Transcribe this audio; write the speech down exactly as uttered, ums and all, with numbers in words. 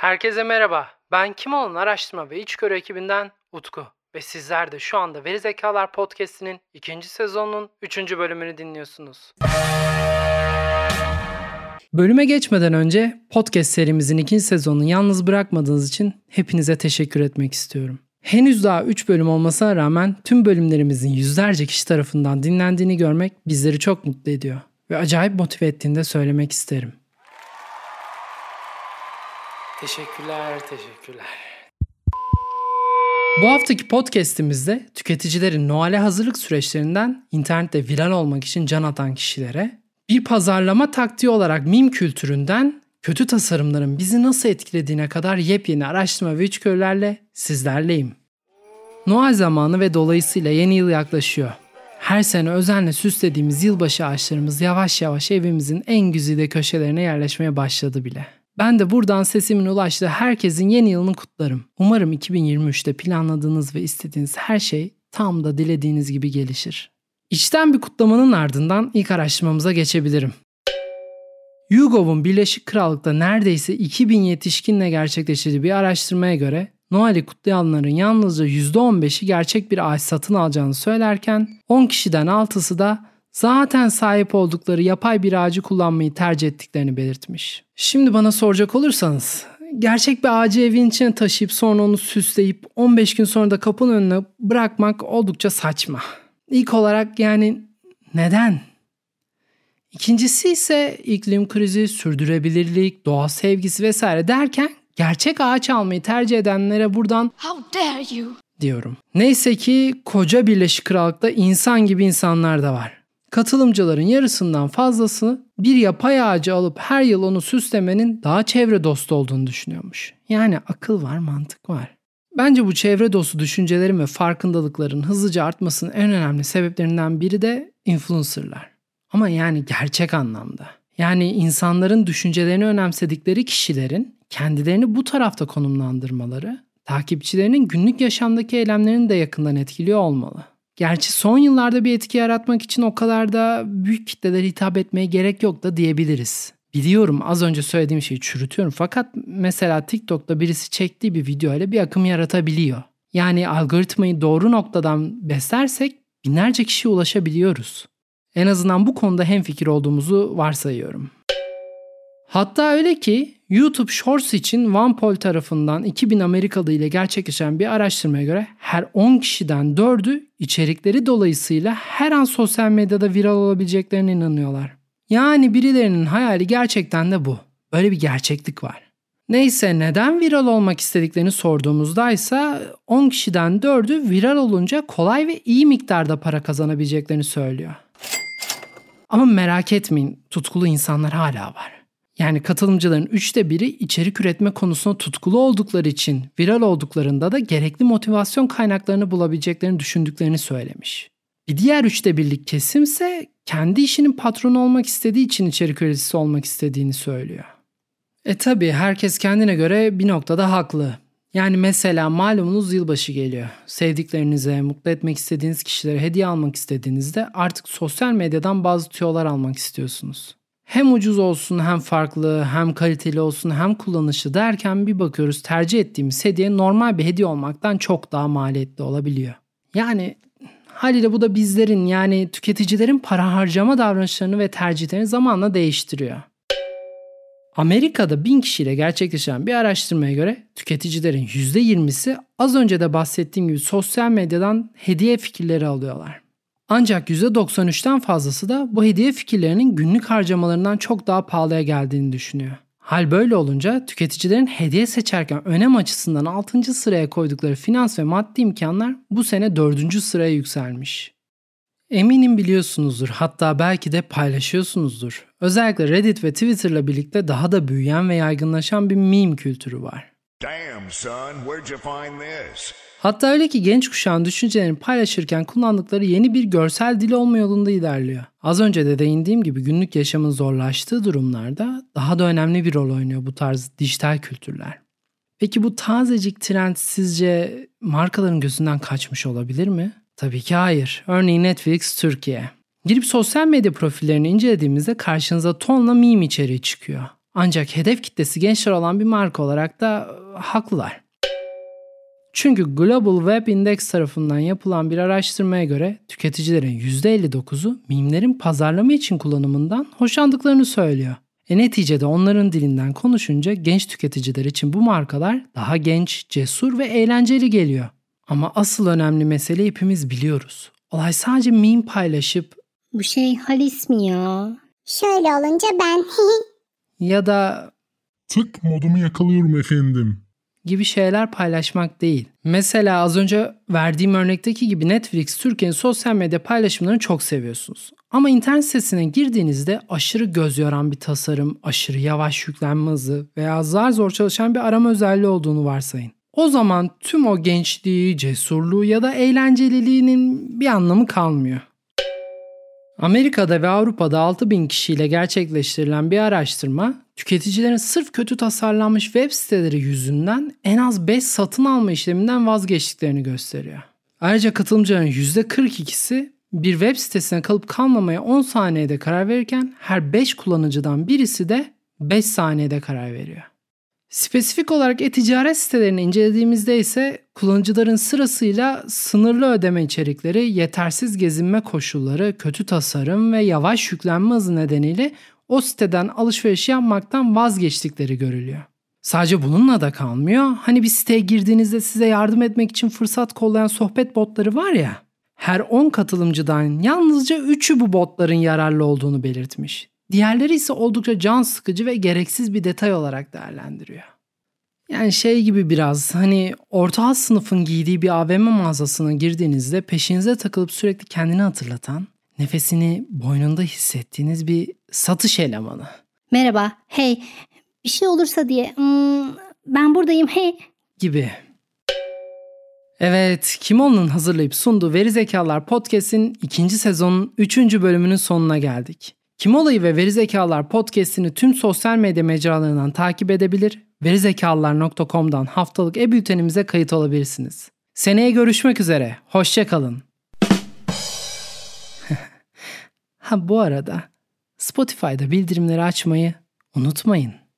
Herkese merhaba. Ben Kimoğlu'nun araştırma ve içgörü ekibinden Utku. Ve sizler de şu anda Veri Zekalar Podcast'inin ikinci sezonunun üçüncü bölümünü dinliyorsunuz. Bölüme geçmeden önce podcast serimizin ikinci sezonunu yalnız bırakmadığınız için hepinize teşekkür etmek istiyorum. Henüz daha üç bölüm olmasına rağmen tüm bölümlerimizin yüzlerce kişi tarafından dinlendiğini görmek bizleri çok mutlu ediyor. Ve acayip motive ettiğini de söylemek isterim. Teşekkürler, teşekkürler. Bu haftaki podcast'imizde tüketicilerin Noel'e hazırlık süreçlerinden internette viral olmak için can atan kişilere, bir pazarlama taktiği olarak meme kültüründen kötü tasarımların bizi nasıl etkilediğine kadar yepyeni araştırma ve içgörülerle sizlerleyim. Noel zamanı ve dolayısıyla yeni yıl yaklaşıyor. Her sene özenle süslediğimiz yılbaşı ağaçlarımız yavaş yavaş evimizin en güzide köşelerine yerleşmeye başladı bile. Ben de buradan sesimin ulaştığı herkesin yeni yılını kutlarım. Umarım iki bin yirmi üçte planladığınız ve istediğiniz her şey tam da dilediğiniz gibi gelişir. İçten bir kutlamanın ardından ilk araştırmamıza geçebilirim. YouGov'un Birleşik Krallık'ta neredeyse iki bin yetişkinle gerçekleştirdiği bir araştırmaya göre Noel'i kutlayanların yalnızca yüzde on beşi gerçek bir ağaç satın alacağını söylerken on kişiden altısı da zaten sahip oldukları yapay bir ağacı kullanmayı tercih ettiklerini belirtmiş. Şimdi bana soracak olursanız, gerçek bir ağacı evin içine taşıyıp sonra onu süsleyip on beş gün sonra da kapının önüne bırakmak oldukça saçma. İlk olarak yani neden? İkincisi ise iklim krizi, sürdürülebilirlik, doğa sevgisi vesaire derken gerçek ağaç almayı tercih edenlere buradan "How dare you?" diyorum. Neyse ki koca Birleşik Krallık'ta insan gibi insanlar da var. Katılımcıların yarısından fazlası bir yapay ağacı alıp her yıl onu süslemenin daha çevre dostu olduğunu düşünüyormuş. Yani akıl var, mantık var. Bence bu çevre dostu düşüncelerin ve farkındalıkların hızlıca artmasının en önemli sebeplerinden biri de influencerlar. Ama yani gerçek anlamda. Yani insanların düşüncelerini önemsedikleri kişilerin kendilerini bu tarafta konumlandırmaları, takipçilerinin günlük yaşamdaki eylemlerini de yakından etkiliyor olmalı. Gerçi son yıllarda bir etki yaratmak için o kadar da büyük kitlelere hitap etmeye gerek yok da diyebiliriz. Biliyorum az önce söylediğim şeyi çürütüyorum fakat mesela TikTok'ta birisi çektiği bir video ile bir akım yaratabiliyor. Yani algoritmayı doğru noktadan beslersek binlerce kişiye ulaşabiliyoruz. En azından bu konuda hemfikir olduğumuzu varsayıyorum. Hatta öyle ki YouTube Shorts için OnePoll tarafından iki bin Amerikalı ile gerçekleşen bir araştırmaya göre her on kişiden dördü içerikleri dolayısıyla her an sosyal medyada viral olabileceklerine inanıyorlar. Yani birilerinin hayali gerçekten de bu. Böyle bir gerçeklik var. Neyse neden viral olmak istediklerini sorduğumuzda ise on kişiden dördü viral olunca kolay ve iyi miktarda para kazanabileceklerini söylüyor. Ama merak etmeyin, tutkulu insanlar hala var. Yani katılımcıların üçte biri içerik üretme konusunda tutkulu oldukları için viral olduklarında da gerekli motivasyon kaynaklarını bulabileceklerini düşündüklerini söylemiş. Bir diğer üçte birlik kesimse kendi işinin patronu olmak istediği için içerik üreticisi olmak istediğini söylüyor. E tabi herkes kendine göre bir noktada haklı. Yani mesela malumunuz yılbaşı geliyor. Sevdiklerinize, mutlu etmek istediğiniz kişilere hediye almak istediğinizde artık sosyal medyadan bazı tüyolar almak istiyorsunuz. Hem ucuz olsun, hem farklı, hem kaliteli olsun, hem kullanışlı derken bir bakıyoruz tercih ettiğimiz hediye normal bir hediye olmaktan çok daha maliyetli olabiliyor. Yani haliyle bu da bizlerin yani tüketicilerin para harcama davranışlarını ve tercihlerini zamanla değiştiriyor. Amerika'da bin kişiyle gerçekleşen bir araştırmaya göre tüketicilerin yüzde yirmisi az önce de bahsettiğim gibi sosyal medyadan hediye fikirleri alıyorlar. Ancak yüzde doksan üçten fazlası da bu hediye fikirlerinin günlük harcamalarından çok daha pahalıya geldiğini düşünüyor. Hal böyle olunca tüketicilerin hediye seçerken önem açısından altıncı sıraya koydukları finans ve maddi imkanlar bu sene dördüncü sıraya yükselmiş. Eminim biliyorsunuzdur, hatta belki de paylaşıyorsunuzdur. Özellikle Reddit ve Twitter'la birlikte daha da büyüyen ve yaygınlaşan bir meme kültürü var. Damn son, where'd you find this? Hatta öyle ki genç kuşağın düşüncelerini paylaşırken kullandıkları yeni bir görsel dil olma yolunda ilerliyor. Az önce de değindiğim gibi günlük yaşamın zorlaştığı durumlarda daha da önemli bir rol oynuyor bu tarz dijital kültürler. Peki bu tazecik trend sizce markaların gözünden kaçmış olabilir mi? Tabii ki hayır. Örneğin Netflix Türkiye. Girip sosyal medya profillerini incelediğimizde karşınıza tonla meme içeriği çıkıyor. Ancak hedef kitlesi gençler olan bir marka olarak da e, haklılar. Çünkü Global Web Index tarafından yapılan bir araştırmaya göre tüketicilerin yüzde elli dokuzu mimlerin pazarlama için kullanımından hoşlandıklarını söylüyor. E neticede onların dilinden konuşunca genç tüketiciler için bu markalar daha genç, cesur ve eğlenceli geliyor. Ama asıl önemli mesele hepimiz biliyoruz. Olay sadece meme paylaşıp Bu şey Halis mi ya? Şöyle olunca ben ya da Tık modumu yakalıyorum efendim. gibi şeyler paylaşmak değil. Mesela az önce verdiğim örnekteki gibi Netflix Türkiye'nin sosyal medya paylaşımlarını çok seviyorsunuz. Ama internet sitesine girdiğinizde aşırı göz yoran bir tasarım, aşırı yavaş yüklenme hızı veya zar zor çalışan bir arama özelliği olduğunu varsayın. O zaman tüm o gençliği, cesurluğu ya da eğlenceliliğinin bir anlamı kalmıyor. Amerika'da ve Avrupa'da altı bin kişiyle gerçekleştirilen bir araştırma, tüketicilerin sırf kötü tasarlanmış web siteleri yüzünden en az beş satın alma işleminden vazgeçtiklerini gösteriyor. Ayrıca katılımcıların yüzde kırk ikisi bir web sitesine kalıp kalmamaya on saniyede karar verirken her beş kullanıcıdan birisi de beş saniyede karar veriyor. Spesifik olarak e-ticaret sitelerini incelediğimizde ise kullanıcıların sırasıyla sınırlı ödeme içerikleri, yetersiz gezinme koşulları, kötü tasarım ve yavaş yüklenme hızı nedeniyle o siteden alışveriş yapmaktan vazgeçtikleri görülüyor. Sadece bununla da kalmıyor. Hani bir siteye girdiğinizde size yardım etmek için fırsat kollayan sohbet botları var ya, her on katılımcıdan yalnızca üçü bu botların yararlı olduğunu belirtmiş. Diğerleri ise oldukça can sıkıcı ve gereksiz bir detay olarak değerlendiriyor. Yani şey gibi biraz hani orta alt sınıfın giydiği bir A V M mağazasına girdiğinizde peşinize takılıp sürekli kendini hatırlatan, nefesini boynunda hissettiğiniz bir satış elemanı. Merhaba, hey, bir şey olursa diye hmm, ben buradayım hey. Gibi. Evet, Kimoğlu'nun hazırlayıp sunduğu Veri Zekalar Podcast'in ikinci sezonun üçüncü bölümünün sonuna geldik. Kimoğlu'yu ve Veri Zekalar Podcast'ini tüm sosyal medya mecralarından takip edebilir, verizekalılar nokta com'dan haftalık e-bültenimize kayıt olabilirsiniz. Seneye görüşmek üzere, hoşça kalın. Ha bu arada Spotify'da bildirimleri açmayı unutmayın.